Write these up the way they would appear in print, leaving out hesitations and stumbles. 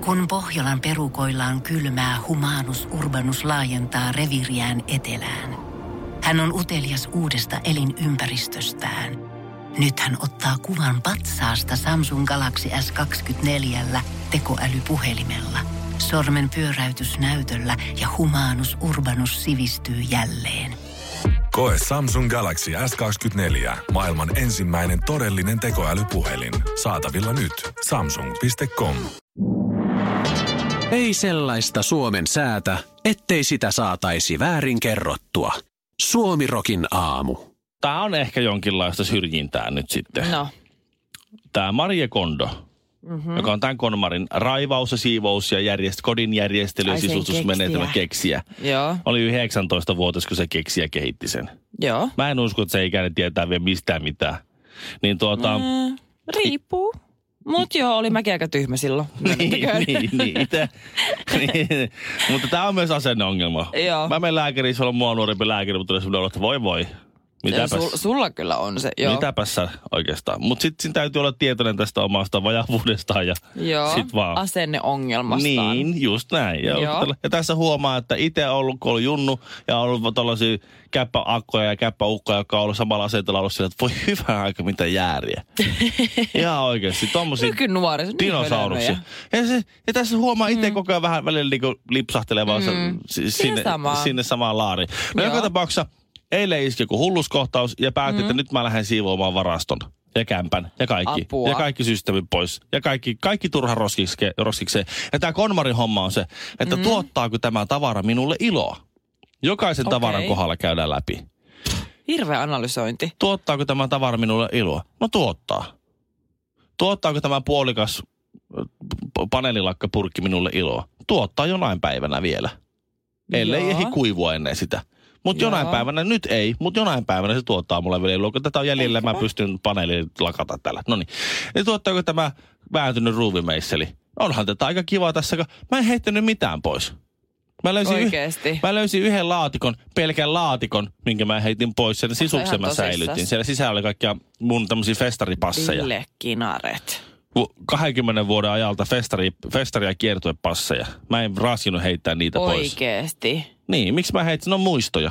Kun Pohjolan perukoillaan kylmää, Humanus Urbanus laajentaa reviiriään etelään. Hän on utelias uudesta elinympäristöstään. Nyt hän ottaa kuvan patsaasta Samsung Galaxy S24 tekoälypuhelimella. Sormen pyöräytys näytöllä ja Humanus Urbanus sivistyy jälleen. Koe Samsung Galaxy S24. Maailman ensimmäinen todellinen tekoälypuhelin. Saatavilla nyt. Samsung.com. Ei sellaista Suomen säätä, ettei sitä saataisi väärin kerrottua. Suomi-rokin aamu. Tää on ehkä jonkinlaista syrjintää nyt sitten. No. Tää Marie Kondo, joka on tämän Konmarin raivaus ja siivous ja kodin järjestely ja sisustusmenetelmä keksiä. Joo. Oli 19-vuotias, kun se keksiä kehitti sen. Joo. Mä en usko, että se ikäinen tietää vielä mistään mitään. Niin riippuu. Mut joo, oli mäkin aika tyhmä silloin. niin, itse. Niin. Mutta tää on myös asenneongelma. Joo. Mä menen lääkäriin, se on mua nuorempi lääkäri, mutta tulee sellainen olo, että voi. Sulla kyllä on se, joo. Mitäpäs sä oikeastaan. Mutta sitten siinä täytyy olla tietoinen tästä omasta vajavuudestaan ja sit vaan. Asenneongelmastaan. Niin, just näin. Ja tässä huomaa, että itse on ollut junnu ja on ollut tällaisia käppäakkoja ja käppäukkoja, jotka on ollut samalla asenteella ollut sillä, että voi hyvä aika mitä jääriä. Ihan oikeasti. Tommosia dinosauruksia. Ja tässä huomaa itse koko ajan vähän välillä niinku lipsahtelee vaan sinne samaan laariin. No joka tapauksessa eilen iski joku hulluskohtaus ja päätti, että nyt mä lähden siivoamaan varaston ja kämpän ja kaikki. Apua. Ja kaikki systeemit pois. Ja kaikki turha roskikseen. Ja tää Konmarin homma on se, että tuottaako tämä tavara minulle iloa. Jokaisen tavaran kohdalla käydään läpi. Hirveä analysointi. Tuottaako tämä tavara minulle iloa? No tuottaa. Tuottaako tämä puolikas paneelilakkapurkki minulle iloa? Tuottaa jonain päivänä vielä. Ellei ehdi kuivua ennen sitä. Mutta jonain päivänä, nyt ei, mutta jonain päivänä se tuottaa mulle vielä. Kun tätä on jäljellä, mä pystyn paneeliin lakata tällä. Noniin. Ja tuottaako tämä vääntynyt ruuvimeisseli? Onhan tätä aika kiva tässä. Mä en heittänyt mitään pois. Mä löysin yhden pelkän laatikon, minkä mä heitin pois. Sen sisuksen mä säilytin. Siellä sisällä oli kaikkia mun tämmöisiä festaripasseja. Ville Kinaret. 20 vuoden ajalta festari- ja kiertuepasseja. Mä en raskinut heittää niitä pois. Oikeesti? Niin, miksi mä heitin? Ne on muistoja.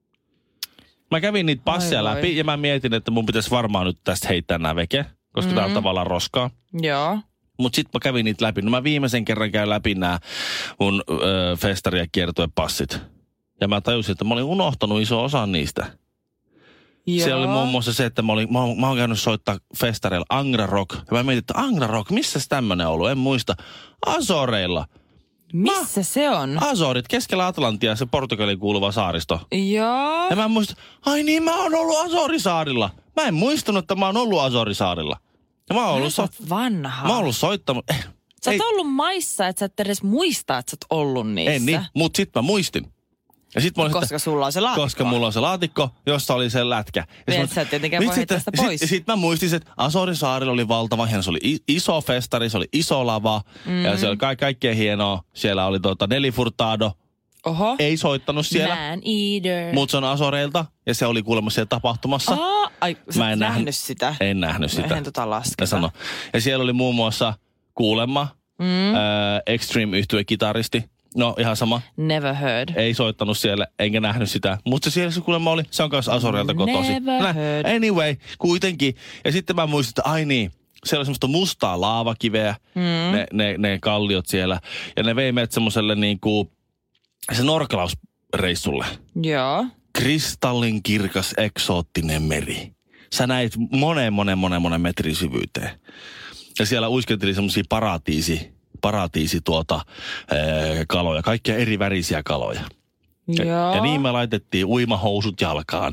Mä kävin niitä passeja läpi ja mä mietin, että mun pitäisi varmaan nyt tästä heittää nämä veke, koska tää on tavallaan roskaa. Joo. Mut sit mä kävin niitä läpi. No mä viimeisen kerran käyn läpi nämä mun festari- ja kiertuepassit. Ja mä tajusin, että mä olin unohtanut iso osa niistä. Joo. Se oli muun muassa se, että mä oon käynyt soittaa festareilla Angra Rock. Ja mä mietin, että Angra Rock, missäs tämmönen on ollut? En muista. Azoreilla. Missä se on? Azorit, keskellä Atlantia, se Portugaliin kuuluva saaristo. Joo. Ja mä en muista, ai niin, mä oon ollut Azorisaarilla. Mä en muistanut, että mä oon ollut Azorisaarilla. Ja mä oon ollut soittanut. Sä oot ollut maissa, että sä et edes muista, että sä oot ollut niissä. En niin, mut sit mä muistin. Ja sit koska sulla on se laatikko. Koska mulla on se laatikko, jossa oli se lätkä. Ja sä et tietenkään voi heittää sitä pois. Sit mä muistin, että Azorisaarilla oli valtava hieno. Se oli iso festari, se oli iso lava. Ja se oli kaikkein hienoa. Siellä oli Nelly Furtado. Oho. Ei soittanut siellä. Man Eater. Mut se on Azoreilta. Ja se oli kuulemma siellä tapahtumassa. Mä en nähnyt sitä. En nähnyt sitä. Mä en lasketa. Ja siellä oli muun muassa kuulemma Extreme-yhtye kitaristi. No ihan sama. Never heard. Ei soittanut siellä, enkä nähnyt sitä. Mutta siellä se kuulemma oli, se on kanssa Azoreilta kotoisin. Never heard. Anyway, kuitenkin. Ja sitten mä muistin, että ai niin, siellä oli semmoista mustaa laavakiveä, ne kalliot siellä. Ja ne vei meidät semmoselle niinku, se norkelausreissulle. Joo. Kristallin kirkas, eksoottinen meri. Sä näit monen metrin syvyyteen. Ja siellä uiskenteli semmosia paratiisi kaloja, kaikkia eri värisiä kaloja. Ja niin me laitettiin uimahousut jalkaan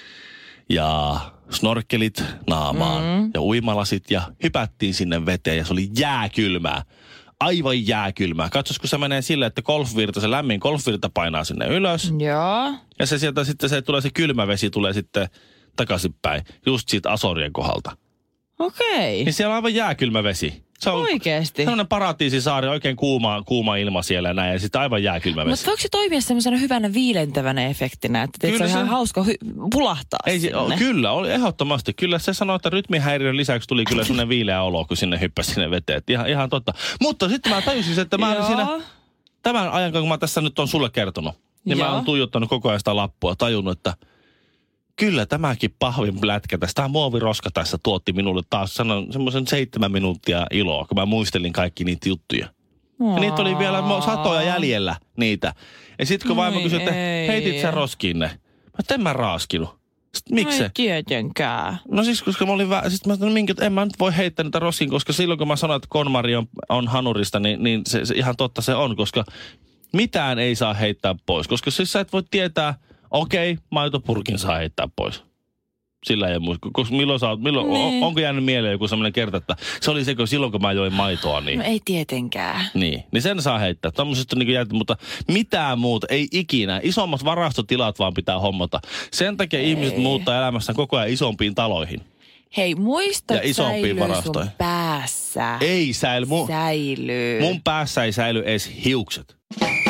ja snorkkelit naamaan ja uimalasit ja hypättiin sinne veteen ja se oli jääkylmää. Aivan jääkylmää. Katsos, kun se menee silleen, että se lämmin golfvirta painaa sinne ylös. Joo. Ja se sieltä sitten se kylmä vesi tulee sitten takaisinpäin, just siitä Azorien kohdalta. Okei. Niin siellä on aivan jääkylmä vesi. Se on oikeesti? Sellainen paratiisisaari, oikein kuuma ilma siellä ja näin, ja sitten aivan jääkylmä vesi. Mutta voiko se toimia semmoisena hyvänä viilentävänä efektinä, että se on ihan hauska pulahtaa sinne? Kyllä, oli ehdottomasti. Kyllä se sanoi, että rytmihäiriön lisäksi tuli kyllä semmoinen viileä olo, kun sinne hyppäsi sinne veteen. Ihan totta. Mutta sitten mä tajusin, että mä olin siinä tämän ajan, kun mä tässä nyt on sulle kertonut, niin mä oon tuijottanut koko ajan sitä lappua, tajunnut, että kyllä tämäkin pahvin plätkä tästä. Tämä muoviroska tässä tuotti minulle taas semmoisen 7 minuuttia iloa, kun mä muistelin kaikki niitä juttuja. Ja niitä oli vielä satoja jäljellä niitä. Ja sitten kun vaimo kysyi, että heitit sä roskiin ne. En mä raaskinut. Sitten miksi? Ei tietenkään. No siis, koska mä olin sitten mä sanoin, että en mä nyt voi heittää niitä roskiin, koska silloin kun mä sanoin, että KonMari on hanurista, niin se ihan totta se on, koska mitään ei saa heittää pois. Koska siis sä et voi tietää, okei, maitopurkin saa heittää pois. Sillä ei muista. Onko jäänyt mieleen joku sellainen kerta, että se oli se, kun silloin kun mä join maitoa, niin... No ei tietenkään. Niin sen saa heittää. Tuommoisesta niin jääty, mutta mitään muuta, ei ikinä. Isommat varastotilat vaan pitää hommata. Sen takia ihmiset muuttaa elämässään koko ajan isompiin taloihin. Hei, muista, ja isompiin varastoihin. Sun päässä. Ei säily. Säilyy. Mun päässä ei säily edes hiukset.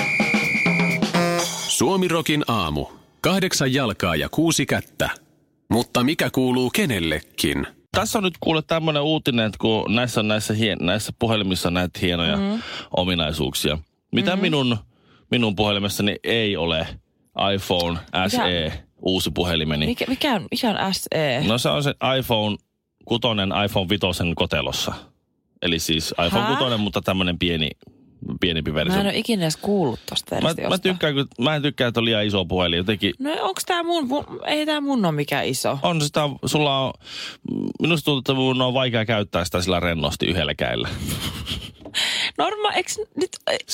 Suomirokin aamu. 8 jalkaa ja 6 kättä. Mutta mikä kuuluu kenellekin? Tässä on nyt kuule tämmöinen uutinen, että kun näissä puhelimissa näitä hienoja ominaisuuksia. Mitä minun puhelimessani ei ole iPhone SE, uusi puhelimeni. Mikä on SE? No se on se iPhone 6, iPhone 5 kotelossa. Eli siis iPhone 6, mutta tämmöinen pienempi versio. Mä en ole ikinä edes kuullut tosta versiosta. Mä en tykkää, että on liian iso puhelin. Jotenkin... No onks tää ei tää mun ole mikään iso. On sitä, sulla on, minusta tuntuu, että mun on vaikea käyttää sitä sillä rennosti yhdellä kädellä. Eks nyt...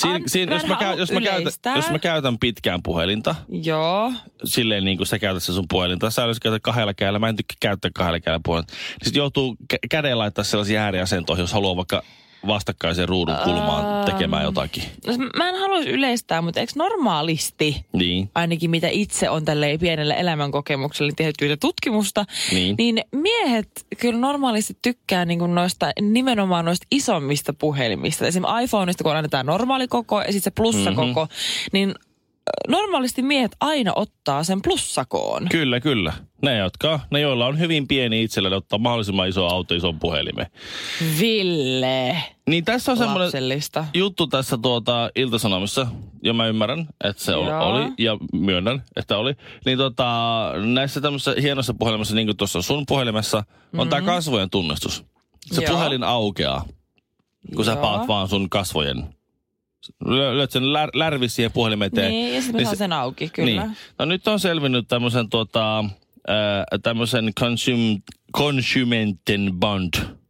Jos mä käytän pitkään puhelinta. Joo. Silleen niin kuin sä käytät sun puhelinta. Sä jos käytät 2 kädellä, mä en tykkää käyttää 2 kädellä puhelinta. Niin sit joutuu käden laittaa sellaisia ääriasentoihin, jos haluaa vaikka vastakkaisen ruudun kulmaan tekemään jotakin. Mä en haluaisi yleistää, mutta eikö normaalisti, ainakin mitä itse on tälleen pienellä elämänkokemuksella tehty tutkimusta, niin miehet kyllä normaalisti tykkää niin kuin nimenomaan noista isommista puhelimista. Esimerkiksi iPhoneista, kun annetaan normaali koko ja sitten se plussakoko, niin normaalisti miehet aina ottaa sen plussakoon. Kyllä. Ne joilla on hyvin pieni itsellä, ottaa mahdollisimman iso auto, ison puhelimen. Ville. Niin tässä on semmoinen juttu tässä Ilta-Sanomissa, ja mä ymmärrän, että se oli, ja myönnän, että oli. Niin näissä tämmöisissä hienossa puhelimessa, niin kuin tuossa sun puhelimessa, on tää kasvojen tunnistus. Se puhelin aukeaa, kun sä paat vaan sun kasvojen. Löydät sen lärvi siihen puhelimen eteen. Niin, ja sitten saa sen auki, kyllä. Niin. No nyt on selvinnyt tämmöisen Consumentenbond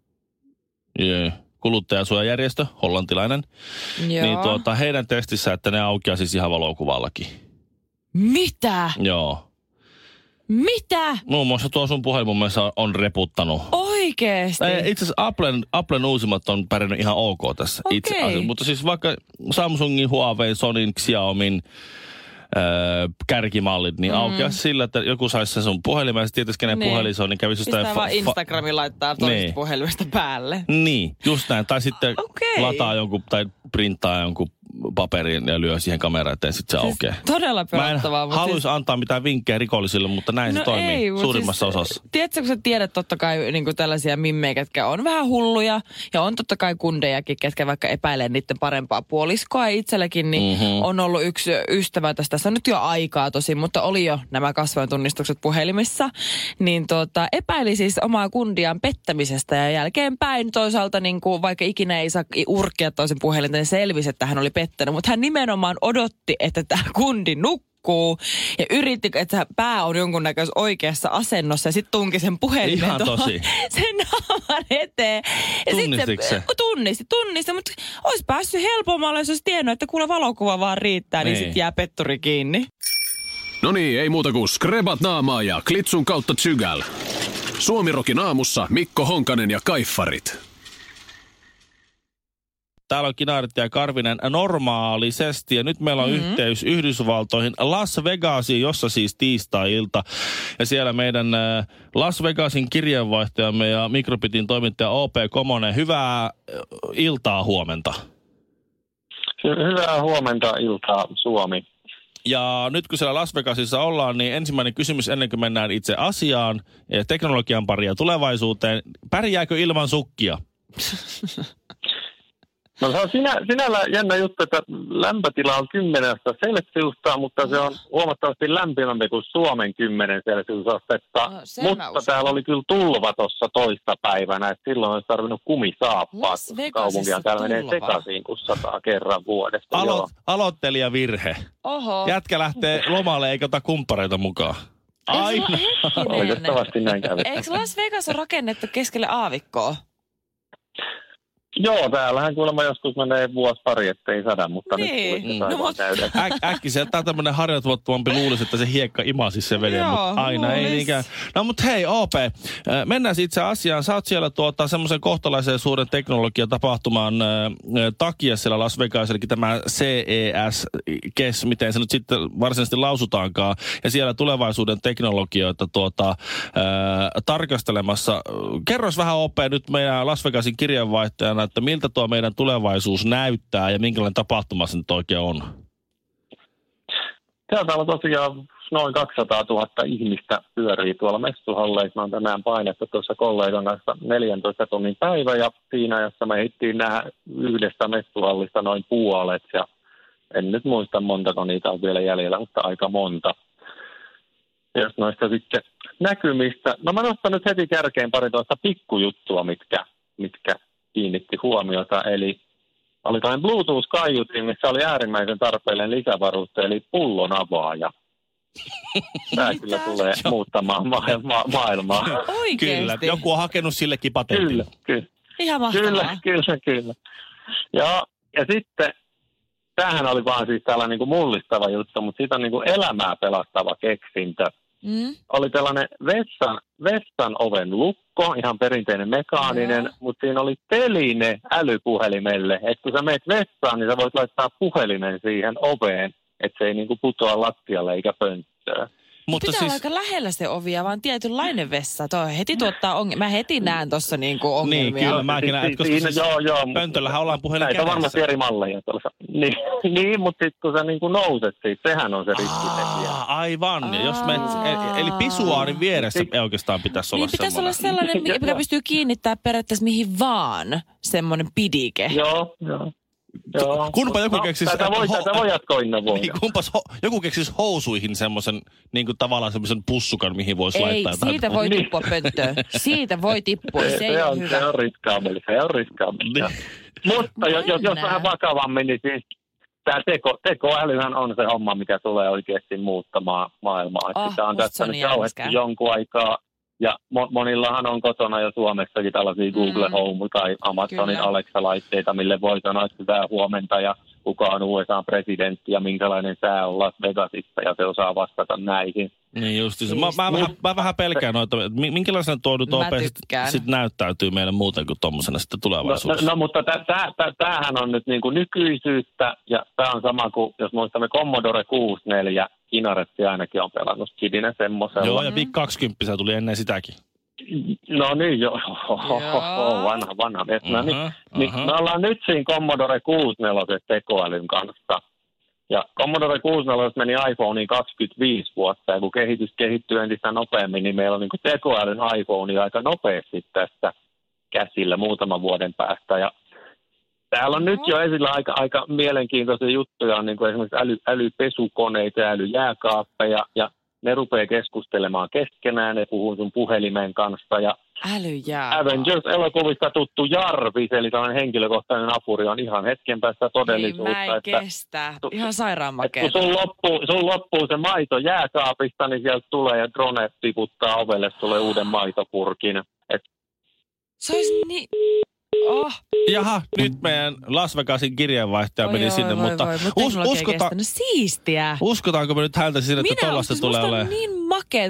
kuluttajasuojajärjestö, hollantilainen. Joo. Niin heidän testissä, että ne aukeaa siis ihan valokuvallakin. Mitä? Joo. Mitä? Muun muassa tuo sun puhelin mun mielestä on reputtanut. Oikeesti? Itse asiassa Applen uusimmat on pärjännyt ihan ok tässä itse asiassa. Mutta siis vaikka Samsungin, Huawei, Sonyn, Xiaomin kärkimallit, niin aukeaa sillä, että joku saisi sen sun puhelimen ja tietysti kenen puhelin se on, niin kävisi jostain... Pistää vaan Instagramin laittaa toisesta puhelimesta päälle. Niin, just näin. Tai sitten lataa jonkun tai printtaa jonkun paperin ja lyö siihen kameraan, ettei sitten se aukeaa. Todella pelottavaa. Mä en haluaisi antaa mitään vinkkejä rikollisille, mutta näin se toimii suurimmassa osassa. Tiedätkö, kun sä tiedät totta kai niin kuin tällaisia mimmejä, ketkä on vähän hulluja ja on totta kai kundejakin, ketkä vaikka epäilee niiden parempaa puoliskoa. Itselläkin niin on ollut yksi ystävä tässä on nyt jo aikaa tosi, mutta oli jo nämä kasvojen tunnistukset puhelimissa. Niin epäili siis omaa kundiaan pettämisestä ja jälkeenpäin toisaalta niin kuin, vaikka ikinä ei saa urkkia toisen puhelinta, niin selvisi, että hän oli pettänyt. Mutta hän nimenomaan odotti, että tämä kundi nukkuu ja yritti, että pää on jonkunnäköisessä oikeassa asennossa ja sitten tunki sen puhelimen sen naaman eteen. Tunnistiko se? Tunnisti, mutta olisi päässyt helpommalla, jos olisi tiennyt, että kuule valokuva vaan riittää, niin sitten jää petturi kiinni. No niin, ei muuta kuin skrebat naamaa ja klitsun kautta tsygäl. Suomirokin aamussa Mikko Honkanen ja Kaiffarit. Täällä on Kinaretti ja Karvinen normaalisesti. Ja nyt meillä on yhteys Yhdysvaltoihin Las Vegasiin, jossa siis tiistai-ilta. Ja siellä meidän Las Vegasin kirjeenvaihtajamme ja Microbitin toimittaja O.P. Komonen. Hyvää iltaa, huomenta. Hyvää huomenta, iltaa, Suomi. Ja nyt kun siellä Las Vegasissa ollaan, niin ensimmäinen kysymys ennen kuin mennään itse asiaan, teknologian paria tulevaisuuteen. Pärjääkö ilman sukkia? No se on sinällään jännä juttu, että lämpötila on 10 celsiusta, mutta se on huomattavasti lämpimämpi kuin Suomen 10 celsiusastetta. Mutta täällä oli kyllä tulva tuossa toista päivänä, että silloin olisi tarvinnut kumisaappaat, koska kaupunkia täällä menee sekaisin kuin 100 kerran vuodesta. Aloittelijavirhe. Oho. Jätkä lähtee lomalle eikä ota kumppareita mukaan. Aina. Oikeastaan näin kävi. Eikö Las Vegas on rakennettu keskelle aavikkoa? Joo, täällähän kuulemma joskus menee vuosi pari, ettei sada, mutta niin. Nyt tulisi taivaan täyden. Äkkiseltä tämä tämmöinen harjoitumattomampi luulisi, että se hiekka imasi se veden, mutta aina ei niinkään. No mutta hei OP, mennään itse asiaan. Sä oot siellä semmoisen kohtalaisen suuren teknologiatapahtuman takia siellä Las Vegas, eli tämä CES, miten se nyt sitten varsinaisesti lausutaankaan, ja siellä tulevaisuuden teknologioita tarkastelemassa. Kerros vähän OP nyt meidän Las Vegasin kirjeenvaihtajana, että miltä tuo meidän tulevaisuus näyttää ja minkälainen tapahtuma se nyt oikein on? Täällä on tosiaan noin 200 000 ihmistä pyörii tuolla messuhalleissa. Mä oon tänään painettu tuossa kollegan kanssa 14 tunnin päivä ja siinä ajassa me ehdittiin nähdä yhdestä messuhallista noin puolet ja en nyt muista montako niitä on vielä jäljellä, mutta aika monta. Jos noista sitten näkymistä. No mä nostan nyt heti kärkeen pari tuosta pikkujuttua, mitkä kiinnitti huomiota, eli oli tämmöinen Bluetooth-kaiutin, missä oli äärimmäisen tarpeellinen lisävaruste, eli pullon avaaja. Tämä kyllä tulee muuttamaan maailmaa. Oikeesti? Kyllä, joku on hakenut sillekin patentin. Kyllä. Ihan mahtavaa. Kyllä. Ja sitten, tämähän oli vaan siis tällainen niin kuin mullistava juttu, mutta siitä on niin kuin elämää pelastava keksintö. Oli tällainen vessan oven lukko, ihan perinteinen mekaaninen, mutta siinä oli teline älypuhelimelle. Että kun sä meet vessaan, niin sä voit laittaa puhelimen siihen oveen, että se ei niinku putoa lattialle eikä pönttöön. Mutta pitää siis olla aika lähellä se ovia, vaan tietynlainen vessa. Toi heti tuottaa mä heti näen tuossa niinku ongelmia. Niin, kyllä mäkin näen, koska siis pöntöllähän ollaan puhelin kädessä. Näitä on varmasti eri malleja tuossa. Niin, mutta sitten kun sä niinku nouset siitä, sehän on se riskitekijä. Aivan. Jos eli pisuaarin vieressä oikeastaan pitäisi olla pitäisi olla sellainen, mikä pystyy kiinnittämään periaatteessa mihin vaan, semmoinen pidike. Joo. Kunpa joku keksisi... Tätä voi jatkoa innovoida. Niin, kunpas joku keksisi housuihin semmoisen, niin kuin tavallaan semmoisen pussukan, mihin voisi laittaa. Ei, siitä voi tippua pönttöön. Siitä voi tippua, se ei ole hyvä. Se on riskaammeli. Mutta jos vähän vakavammin, niin siis tämä tekoälyhän on se homma, mikä tulee oikeasti muuttamaan maailmaa. Sitä on tässä nyt jauhettu jonkun aikaa. Ja monillahan on kotona jo Suomessakin tällaisia Google Home tai Amazonin Alexa-laitteita, mille voi sanoa hyvää huomenta ja kuka on USA-presidentti ja minkälainen sää on Las Vegasissa ja se osaa vastata näihin. Niin justiinsa. Mä vähän pelkään noita, minkälaisena tuo nyt sitten näyttäytyy meille muuten kuin tuommoisena sitten tulevaisuudessa. No mutta tämähän on nyt niin kuin nykyisyyttä ja tämä on sama kuin, jos muistamme Commodore 64, Kinaretti ainakin on pelannut kidinä semmoisella. Joo, ja Big 20 tuli ennen sitäkin. No niin, vanha mies. Me ollaan nyt siinä Commodore 64 tekoälyn kanssa. Ja Commodore 64 meni iPhoneen 25 vuotta, ja kun kehitys kehittyy entistä nopeammin, niin meillä on niin kuin tekoälyn iPhone aika nopeasti tästä käsillä muutaman vuoden päästä. Ja täällä on nyt jo esillä aika mielenkiintoisia juttuja, on niin kuin esimerkiksi älypesukoneita ja älyjääkaappeja, ja ne rupeaa keskustelemaan keskenään, ne puhuu sun puhelimen kanssa, ja Avengers-elokuvista tuttu Jarvis, eli tällainen henkilökohtainen apuri, on ihan hetken päästä todellisuutta. Niin, mä en kestä. Ihan sairaan makeeta. Kun sun loppuu se maito jääkaapista, niin sieltä tulee ja drone tiputtaa ovelle sulle uuden maitopurkin. Se olisi niin... Jaha, nyt meidän Las Vegasin kirjeenvaihtaja meni sinne, mutta uskotaanko me nyt häntä sinne, että tollaista tulee olemaan? Musta on niin makeet.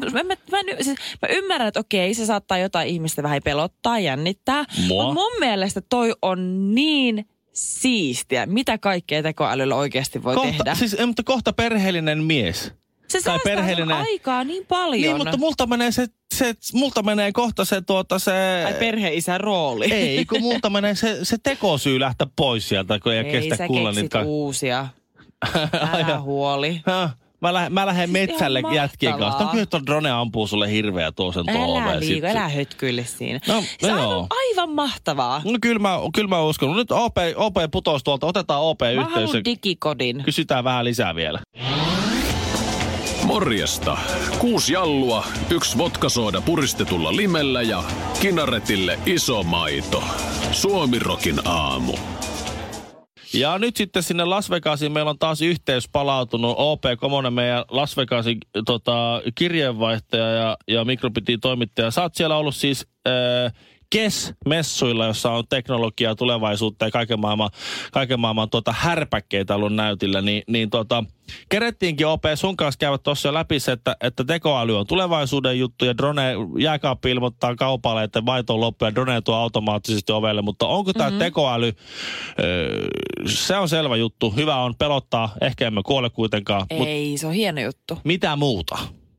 Mä ymmärrän, että okei, se saattaa jotain ihmistä vähän pelottaa, jännittää. Mutta mun mielestä toi on niin siistiä. Mitä kaikkea tekoälyllä oikeasti voi tehdä? Siis, mutta kohta perheellinen mies. Se säästää aikaa niin paljon. Niin, mutta multa menee kohta se Ai perheisän rooli. Ei, kun multa menee se tekosyy lähteä pois sieltä, kun ei kestä kuulla niitä. Ei, sä uusia. Älä huoli. Mä lähden metsälle jätkien kanssa. No kyllä tuon drone ampuu sulle hirveä tuossa oveen. Älä hötkyille siinä. No, se on aivan mahtavaa. No kyllä mä uskon. No, nyt OP putosi tuolta. Otetaan OP yhteys. Mä haluan digikodin. Kysytään vähän lisää vielä. Morjesta. 6 jallua, 1 vodkasooda puristetulla limellä ja Kinaretille iso maito. Suomirokin aamu. Ja nyt sitten sinne Las Vegasiin meillä on taas yhteys palautunut. OP Komonen, meidän Las Vegasin kirjeenvaihtaja ja Microbitin toimittaja. Sä oot siellä ollut siis KES-messuilla, jossa on teknologiaa, tulevaisuutta ja kaiken maailman härpäkkeitä ollut näytillä. Kerettiinkin OP sun kanssa käydä tuossa läpi se, että tekoäly on tulevaisuuden juttu ja drone, jääkaappi ilmoittaa kaupalle, että maito on loppu ja drone tuo automaattisesti ovelle. Mutta onko tämä tekoäly, se on selvä juttu. Hyvä on pelottaa, ehkä emme kuole kuitenkaan. Ei, se on hieno juttu. Mitä muuta?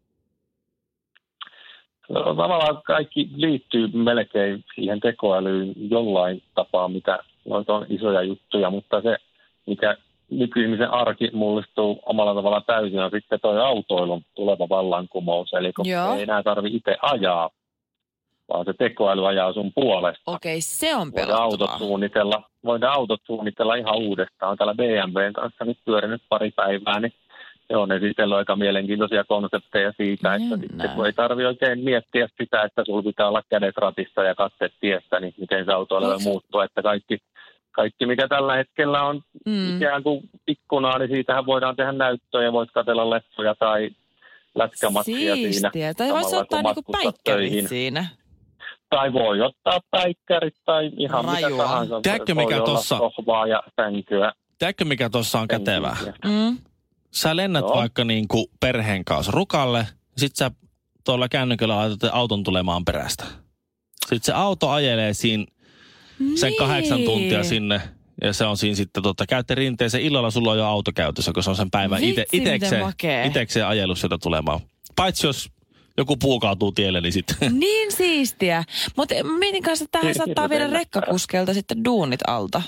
No, tavallaan kaikki liittyy melkein siihen tekoälyyn jollain tapaa, mitä noita on isoja juttuja, mutta se, mikä nykyihmisen arki mullistuu omalla tavalla täysin, on sitten toi autoilun tuleva vallankumous. Eli kun ei enää tarvitse itse ajaa, vaan se tekoäly ajaa sun puolesta. Okei, se on pelottavaa. Voidaan autot suunnitella ihan uudestaan. Täällä BMWn kanssa nyt pyörinyt pari päivää, niin se on esitellyt aika mielenkiintoisia konsepteja siitä, että sitten kun ei tarvitse oikein miettiä sitä, että sulla pitää olla kädet ratissa ja katseet tiessä, niin miten se autoileva muuttuu, että kaikki, mikä tällä hetkellä on ikään kuin ikkunaa, niin siitähän voidaan tehdä näyttöjä, voit katsella leffoja tai lätkämatsia siinä. Siistiä, tai voisi ottaa niinku päikkärit siinä. Tai voi ottaa päikkärit tai ihan mitä tahansa. Tiedätkö mikä tuossa sohvaa ja sänkyä. Tiedätkö mikä tuossa on kätevää? Sä lennät vaikka niinku perheen kanssa rukalle, sit sä tuolla kännykällä laitat auton tulemaan perästä. Sitten se auto ajelee siinä sen 8 tuntia sinne, ja se on siinä sitten, käytte rinteeseen, illalla sulla on jo auto käytössä, kun se on sen päivän itekseen ajellut sieltä tulemaan. Paitsi jos joku puu kaatuu tielle, niin sitten. Niin siistiä. Mutta mietin kanssa, että tähän saattaa viedä rekkakuskelta sitten duunit alta.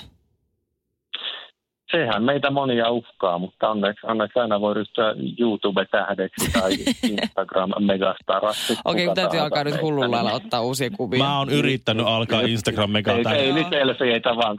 Sehän meitä monia uhkaa, mutta onneksi aina voi ryhtyä YouTube-tähdeksi tai Instagram-megastaraksi. Okei, kun täytyy alkaa nyt hullulla lailla ottaa uusia kuvia. Mä oon yrittänyt alkaa Instagram-megatähdeksi. Ei selfieitä vaan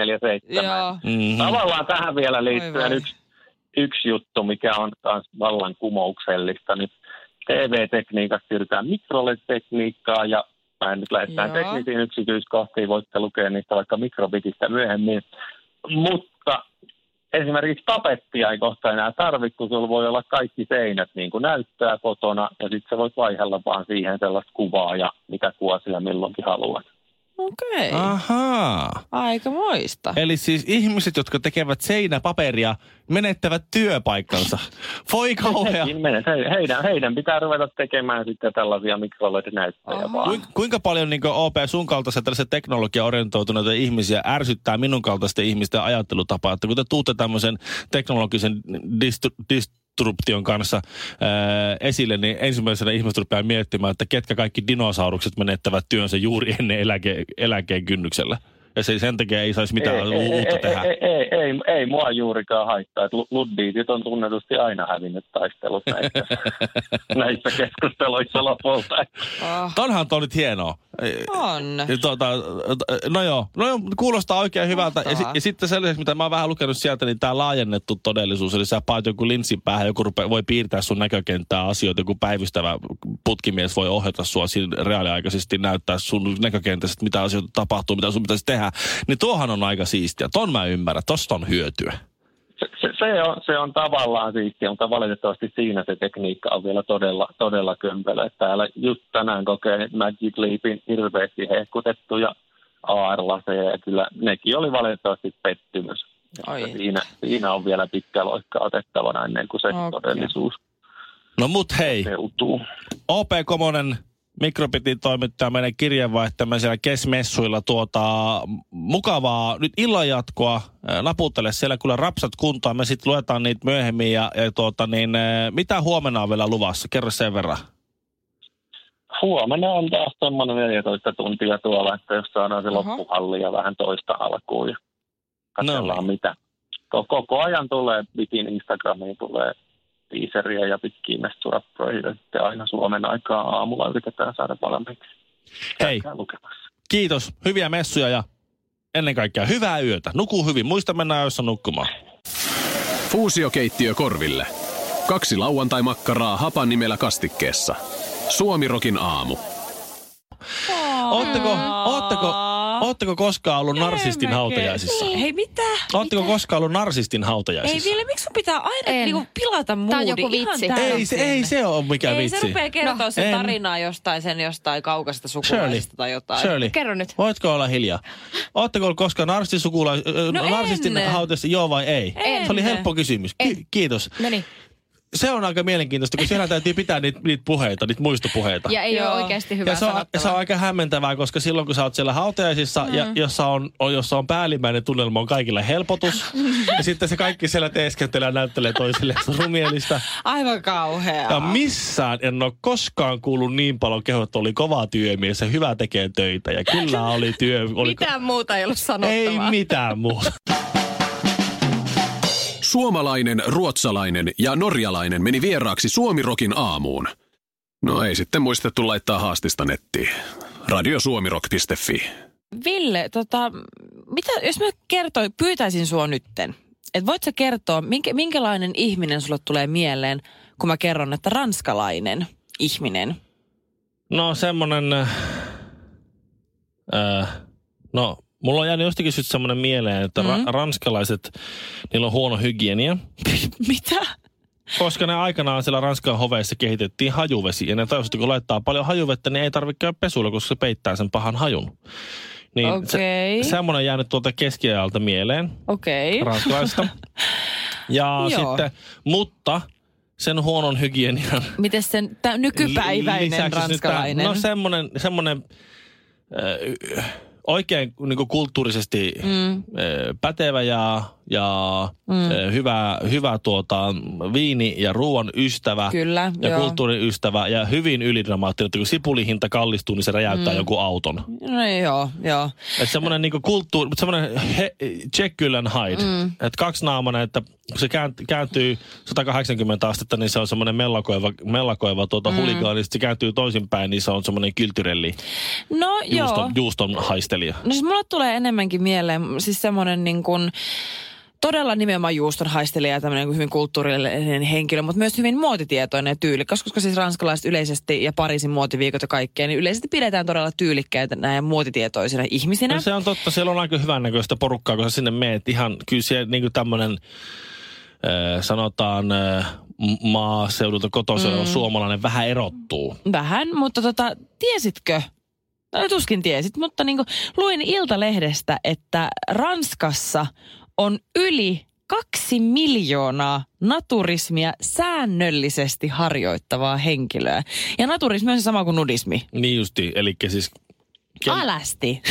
24/7. Tavallaan tähän vielä liittyen yksi juttu, mikä on taas vallankumouksellista. Nyt TV-tekniikasta siirrytään mikroLED-tekniikkaan ja mä en nyt lähdetään teknisiin yksityiskohtiin, voitte lukea niistä vaikka Microbitistä myöhemmin. Mutta esimerkiksi tapettia ei kohta enää tarvitse, kun sulla voi olla kaikki seinät niin kuin näyttää kotona ja sitten sä voit vaihella vaan siihen sellaista kuvaa ja mitä kuvasia milloinkin haluat. Okei. Ahaa. Aika moista. Eli siis ihmiset, jotka tekevät seinäpaperia, menettävät työpaikkansa. Voi kauhea. Heidän pitää ruveta tekemään sitten tällaisia mikroLED-näyttöjä vaan. Kuinka paljon niin OP sun kaltaisia tällaisia teknologia-orientoituneita ihmisiä ärsyttää minun kaltaisten ihmisten ajattelutapaa? Että kun te tuutte tämmöisen teknologisen disruption kanssa esille, niin ensimmäisenä ihmiset rupeaa miettimään, että ketkä kaikki dinosaurukset menettävät työnsä juuri ennen eläkeen kynnyksellä. Ja sen takia ei saisi mitään uutta tehdä. Ei mua juurikaan haittaa. Luddiitit on tunnetusti aina hävinnyt taistelut näissä keskusteluissa lopulta. Tonhan on nyt hienoa. On. No joo, kuulostaa oikein hyvältä. Ja sitten sen lisäksi, mitä mä oon vähän lukenut sieltä, niin tää laajennettu todellisuus. Eli sä paat joku linssin päähän, joku voi piirtää sun näkökenttää asioita, joku päivystävä putkimies voi ohjata sua siinä reaaliaikaisesti, näyttää sun näkökentästä, mitä asioita tapahtuu, mitä sun pitäisi tehdä. Niin tuohan on aika siistiä. Ton mä ymmärrän, tosta on hyötyä. Se on tavallaan siistiä, mutta valitettavasti siinä se tekniikka on vielä todella kömpelö. Täällä just tänään kokeilin Magic Leapin hirveästi hehkutettuja AR-laseja ja kyllä nekin oli valitettavasti pettymys. Siinä on vielä pitkä loikka otettavana ennen kuin se todellisuus No mut hei, seutuu. OP Komonen, Mikrobitin toimittaja, meidän kirjeenvaihtajamme siellä Kesmessuilla mukavaa nyt illanjatkoa. Naputtele siellä kyllä rapsat kuntoon. Me sitten luetaan niitä myöhemmin ja mitä huomenna on vielä luvassa? Kerro sen verran. Huomenna on taas semmoinen 14 tuntia tuolla, että jos saadaan se loppuhalli ja vähän toista alkuun ja katsellaan mitä. Koko ajan tulee Bitin Instagramiin, tulee teaseria ja pitkiä messurapproja. Sitten aina Suomen aikaa aamulla yritetään saada valmiiksi. Hei, kiitos. Hyviä messuja ja ennen kaikkea hyvää yötä. Nuku hyvin. Muista mennä ajoissa nukkumaan. Fuusiokeittiö korville. 2 lauantai-makkaraa hapan nimellä kastikkeessa. Suomirokin aamu. Ootteko koskaan ollut narsistin hautajaisissa? Hei, mitä? Ootteko koskaan ollut narsistin hautajaisissa? Ei vielä, miksi sun pitää aina niinku pilata moodi? Tää on joku vitsi. Ei se ole mikään vitsi. Ei se rupea kertoa sen tarinaa jostain kaukasta sukulaisesta tai jotain. Shirley, kerro nyt. Voitko olla hiljaa? Ootteko ollut koskaan narsistin hautajaisissa, joo vai ei? En. Se oli helppo kysymys. Kiitos. No niin. Se on aika mielenkiintoista, kun siellä täytyy pitää niitä puheita, niitä muistopuheita. Ja ei ole oikeasti hyvä sanottavaa. Se on aika hämmentävää, koska silloin kun sä oot siellä hautajaisissa, ja jossa on päällimmäinen tunnelma, on kaikille helpotus. Ja sitten se kaikki siellä teeskentelee ja näyttelee toisille rumielistä. Aivan kauheaa. Ja missään en ole koskaan kuullut niin paljon kehoa, että oli kova työmies ja hyvä tekee töitä. Ja kyllä oli Mitään muuta ei ollut sanottavaa. Ei mitään muuta. Suomalainen, ruotsalainen ja norjalainen meni vieraaksi Suomirokin aamuun. No ei sitten muistettu laittaa haastista nettiin. Radiosuomirock.fi. Ville, mitä, jos mä pyytäisin sua nytten, että voit sä kertoa, minkälainen ihminen sulle tulee mieleen, kun mä kerron, että ranskalainen ihminen? No semmonen, mulla on jäänyt jostakin syystä semmoinen mieleen, että ranskalaiset, niillä on huono hygienia. Mitä? Koska ne aikanaan siellä Ranskan hoveissa kehitettiin hajuvesi. Ja ne tajusivat, kun laittaa paljon hajuvettä, niin ei tarvitse käydä pesuilla, koska se peittää sen pahan hajun. Niin semmoinen jäänyt tuolta keskiajalta mieleen. Ranskalaista. Ja sitten, mutta sen huonon hygienian. Miten sen nykypäiväinen ranskalainen? No semmoinen oikein niin kuin kulttuurisesti pätevä ja hyvä viini- ja ruoan ystävä. Kyllä, ja kulttuurin ystävä ja hyvin ylidramaattinen, että kun sipulihinta kallistuu, niin se räjäyttää joku auton. No joo. Että semmoinen niin semmoinen Jekyll and Hyde. Että kaksinaamainen, että kun se kääntyy 180 astetta, niin se on semmoinen mellakoiva huligaani. Sitten se kääntyy toisinpäin, niin se on semmoinen kyltyrelli. No juuston haistelija. No siis mulle tulee enemmänkin mieleen siis semmoinen niin kuin todella nimenomaan juustonhaistelija ja tämmöinen hyvin kulttuurillinen henkilö, mutta myös hyvin muotitietoinen ja tyylikäs, koska siis ranskalaiset yleisesti ja Pariisin muotiviikot ja kaikkea, niin yleisesti pidetään todella tyylikkäitä ja muotitietoisina ihmisinä. No se on totta, siellä on aika hyvännäköistä porukkaa, kun sä sinne meet ihan, kyllä siellä niin kuin tämmöinen sanotaan maaseudulta kotoisin suomalainen vähän erottuu. Vähän, mutta tiesitkö? No tuskin tiesit, mutta niin kuin luin Iltalehdestä, että Ranskassa on yli 2 miljoonaa naturismia säännöllisesti harjoittavaa henkilöä. Ja naturismi on se sama kuin nudismi. Niin justi, eli siis Alasti.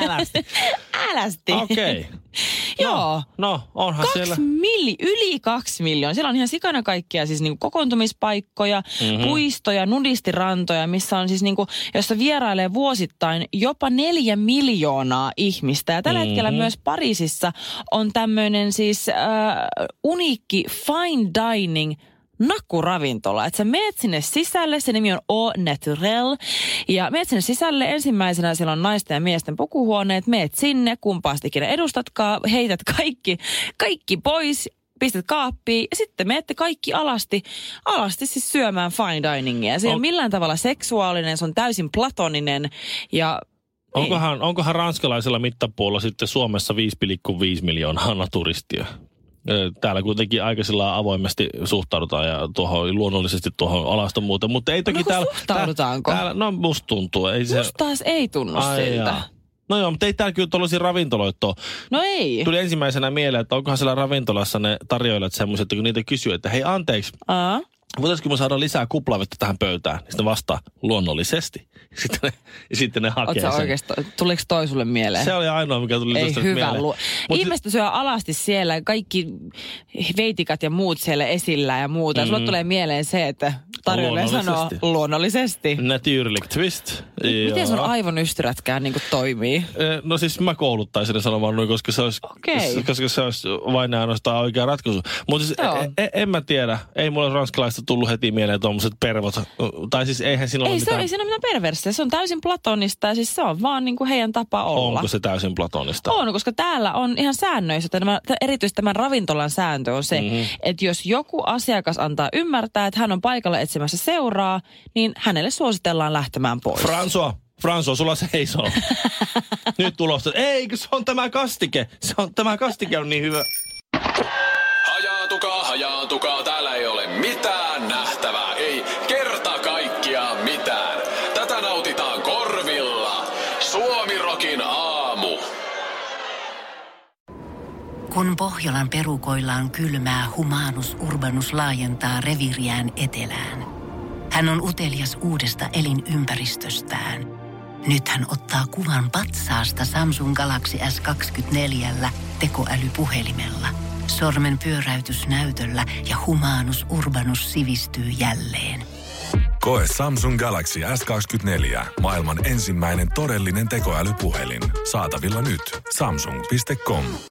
Älästi. Okei. Joo. No, onhan siellä. Yli 2 miljoonaa. Siellä on ihan sikana kaikkia siis niinku kokoontumispaikkoja, puistoja, nudistirantoja, missä on siis niinku, jossa vierailee vuosittain jopa 4 miljoonaa ihmistä. Ja tällä hetkellä myös Pariisissa on tämmöinen siis uniikki fine dining nakuravintola. Että sä meet sinne sisälle, se nimi on Au Naturel, ja meet sinne sisälle, ensimmäisenä siellä on naisten ja miesten pukuhuoneet, meet sinne, kumpaasti ikinä edustatkaa, heität kaikki pois, pistät kaappiin, ja sitten menette kaikki alasti siis syömään fine diningia. Se ei ole millään tavalla seksuaalinen, se on täysin platoninen, ja Onkohan ranskalaisella mittapuolella sitten Suomessa 5,5 miljoonaa naturistia? Täällä kuitenkin aika sillä avoimesti suhtaudutaan ja luonnollisesti tuohon alastomuuteen, mutta ei toki täällä. Suhtaudutaanko? No musta tuntuu. Musta taas ei tunnu siltä. No joo, mutta ei täällä kyllä tuollaisia ravintoloita ole. No ei. Tuli ensimmäisenä mieleen, että onkohan siellä ravintolassa ne tarjoilijat semmoiset, että kun niitä kysyy, että hei anteeksi, voitaisiko me saada lisää kuplavettä tähän pöytään? Sitten vastaa luonnollisesti. Sitten ne hakee sen. Tuliko toi sulle mieleen? Se oli ainoa, mikä tuli tuosta mieleen. Ihmiset syö alasti siellä, kaikki veitikat ja muut siellä esillä ja muuta. Ja sulle tulee mieleen se, että tarjoilija sanoo luonnollisesti. Natürlich twist. Miten sun aivonystyrrätkään niin kuin toimii? No siis mä kouluttaisin sanomaan noin, koska se olisi vain ja ainoastaan oikea ratkaisu. Mutta siis en mä tiedä. Ei mulle ranskalaista tullut heti mieleen tuommoiset pervot. Tai siis eihän siinä ole mitään. Ei siinä ole mitään perversiä. Se on täysin platonista ja siis se on vaan niin kuin heidän tapa olla. Onko se täysin platonista? On, koska täällä on ihan säännöissä. Erityisesti tämän ravintolan sääntö on se, että jos joku asiakas antaa ymmärtää, että hän on paikalla etsimässä seuraa, niin hänelle suositellaan lähtemään pois. François, sulla seisoo. Nyt tulosta. Eikö se on tämä kastike? Tämä kastike on niin hyvä. Hajaantukaa, täällä ei ole mitään nähtävää, ei kerta kaikkiaan mitään. Tätä nautitaan korvilla. Suomi-rokin aamu. Kun Pohjolan perukoillaan kylmää, Humanus Urbanus laajentaa reviiriään etelään. Hän on utelias uudesta elinympäristöstään. Nyt hän ottaa kuvan patsaasta Samsung Galaxy S24 tekoälypuhelimella. Sormen pyöräytys näytöllä ja Humanus Urbanus sivistyy jälleen. Koe Samsung Galaxy S24. Maailman ensimmäinen todellinen tekoälypuhelin. Saatavilla nyt. Samsung.com.